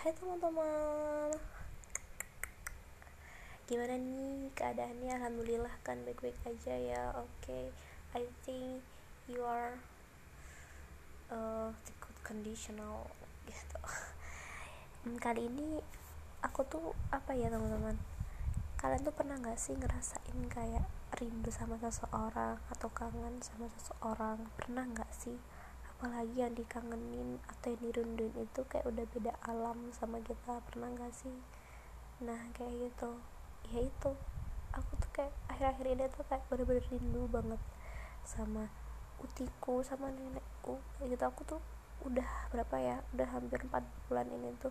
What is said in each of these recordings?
Hai teman-teman, gimana nih keadaannya? Alhamdulillah kan baik-baik aja ya. Oke, I think you are the good conditional gitu. Kali ini aku tuh apa ya teman-teman? Kalian tuh pernah nggak sih ngerasain kayak rindu sama seseorang atau kangen sama seseorang? Pernah nggak sih? Apalagi yang dikangenin atau yang dirinduin itu kayak udah beda alam sama kita. Pernah nggak sih? Nah kayak gitu, ya itu aku tuh kayak akhir-akhir ini tuh kayak bener-bener rindu banget sama utiku, sama nenekku kayak gitu. Aku tuh udah berapa ya, udah hampir 4 bulan ini tuh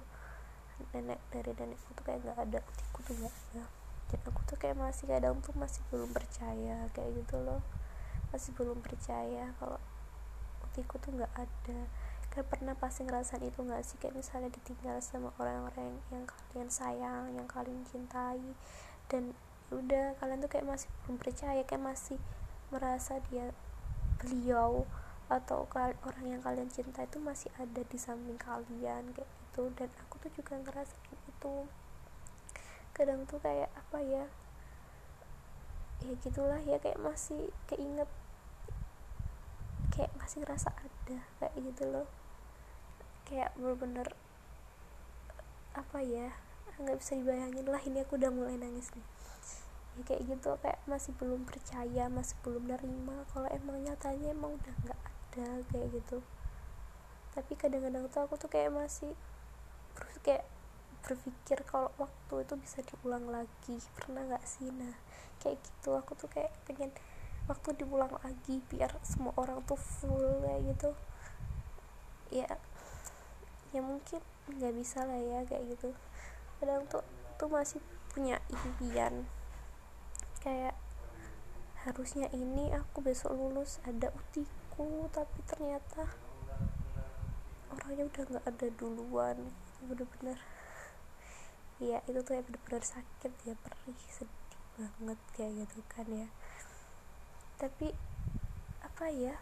nenekku tuh kayak nggak ada, utiku tuh nggak ada. Dan aku tuh kayak masih kadang tuh masih belum percaya kayak gitu loh, masih belum percaya kalau utiku tuh nggak ada. Kan pernah pasti ngerasain itu nggak sih, kayak misalnya ditinggal sama orang-orang yang kalian sayang, yang kalian cintai, dan udah kalian tuh kayak masih belum percaya, kayak masih merasa beliau atau orang yang kalian cinta itu masih ada di samping kalian kayak gitu. Dan aku tuh juga ngerasain itu kadang tuh kayak apa ya, ya gitulah ya, kayak masih keinget, kayak masih ngerasa ada kayak gitu loh. Kayak bener-bener apa ya, nggak bisa dibayangin lah, ini aku udah mulai nangis nih ya. Kayak gitu, kayak masih belum percaya, masih belum nerima kalau emang nyatanya emang udah nggak ada kayak gitu. Tapi kadang-kadang tuh aku tuh kayak masih kayak berpikir kalau waktu itu bisa diulang lagi. Pernah nggak sih? Nah kayak gitu, aku tuh kayak pengen waktu diulang lagi biar semua orang tuh full kayak gitu ya. Ya mungkin nggak bisa lah ya kayak gitu. Kadang tuh masih punya impian kayak harusnya ini aku besok lulus ada utiku, tapi ternyata orangnya udah nggak ada duluan. Itu bener-bener ya, itu tuh ya bener-bener sakit ya, perih, sedih banget kayak gitu kan ya. Tapi apa ya,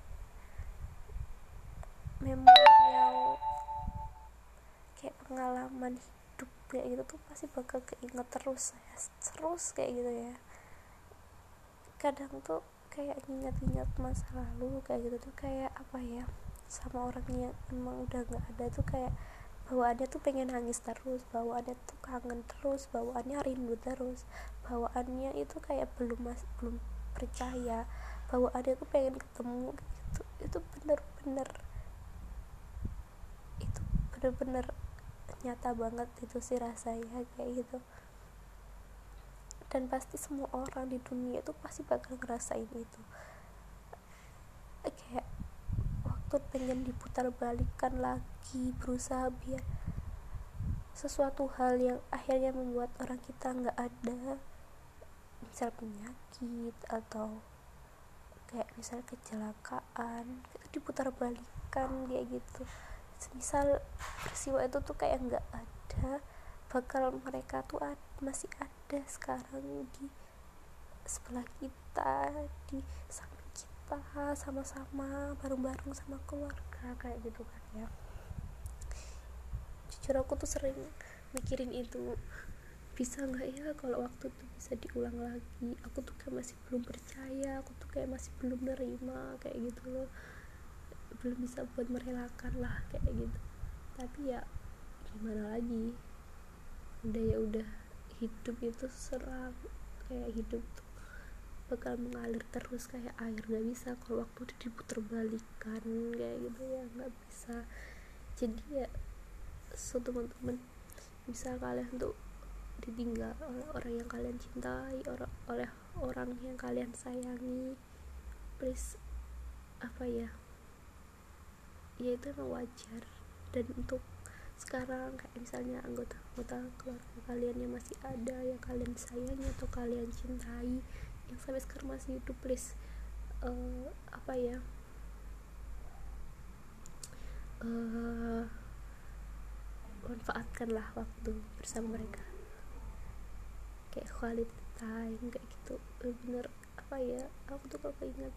memorial kayak pengalaman hidup kayak gitu tuh pasti bakal keinget terus ya, terus kayak gitu ya. Kadang tuh kayak ingat-ingat masa lalu kayak gitu tuh kayak apa ya, sama orang yang emang udah nggak ada tuh kayak bawaannya tuh pengen nangis terus, bawaannya tuh kangen terus, bawaannya rindu terus, bawaannya itu kayak belum percaya, bawaannya tuh pengen ketemu gitu. Itu bener-bener nyata banget itu sih rasanya kayak gitu. Dan pasti semua orang di dunia itu pasti bakal ngerasain itu, kayak waktu pengen diputar balikan lagi, berusaha biar sesuatu hal yang akhirnya membuat orang kita nggak ada, misal penyakit atau kayak misal kecelakaan, itu diputar balikan kayak gitu. Misal peristiwa itu tuh kayak nggak ada, bakal mereka tuh masih ada sekarang di sebelah kita, di samping kita, sama-sama bareng-bareng sama keluarga kayak gitu kan ya. Jujur aku tuh sering mikirin itu, bisa nggak ya kalau waktu itu bisa diulang lagi. Aku tuh kayak masih belum percaya, aku tuh kayak masih belum nerima kayak gitu loh, belum bisa buat merelakan lah kayak gitu. Tapi ya gimana lagi, udah ya udah, hidup itu serang, kayak hidup tuh bakal mengalir terus kayak air, nggak bisa kalau waktu itu diputar balikan kayak gitu ya, nggak bisa. Jadi ya, so teman-teman, misal kalian tuh ditinggal oleh orang yang kalian cintai, oleh orang yang kalian sayangi, please apa ya, ya itu emang wajar. Dan untuk sekarang kayak misalnya anggota keluarga kalian yang masih ada, yang kalian sayangi atau kalian cintai, yang sampai sekarang masih hidup, please apa ya, manfaatkanlah waktu bersama mereka, kayak quality time kayak gitu. Bener apa ya, aku tuh kalau keinget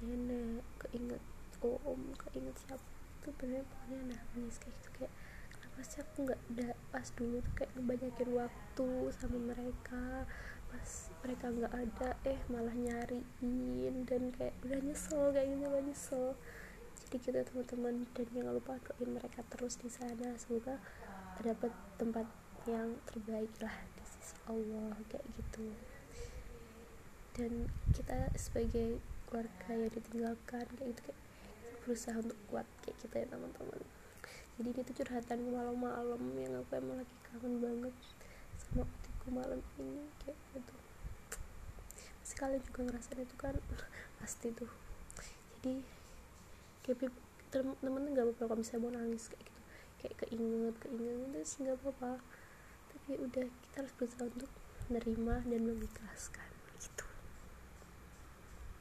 nenek, keinget om, keinget siapa tuh bener pokoknya nangis kayak gitu. Kayak kenapa pasti aku nggak ada pas dulu tuh kayak ngebanyakin waktu sama mereka, pas mereka nggak ada malah nyariin, dan kayak udah nyesel, kayak gitu udah nyesel. Jadi gitu teman-teman, dan jangan lupa doain mereka terus di sana, semoga terdapat tempat yang terbaik lah di sisi Allah kayak gitu. Dan kita sebagai keluarga yang ditinggalkan kayak gitu, kayak berusaha untuk kuat kayak kita ya teman-teman. Jadi ini tuh curhatan malam-malam yang aku emang lagi kangen banget sama adikku malam ini kayak gitu. Pasti kalian juga ngerasain itu kan pasti tuh. Jadi kayak temen-temen nggak apa-apa kalau misalnya mau nangis kayak gitu, kayak keinget terus nggak apa-apa, tapi udah kita harus berusaha untuk menerima dan mengikhlaskan.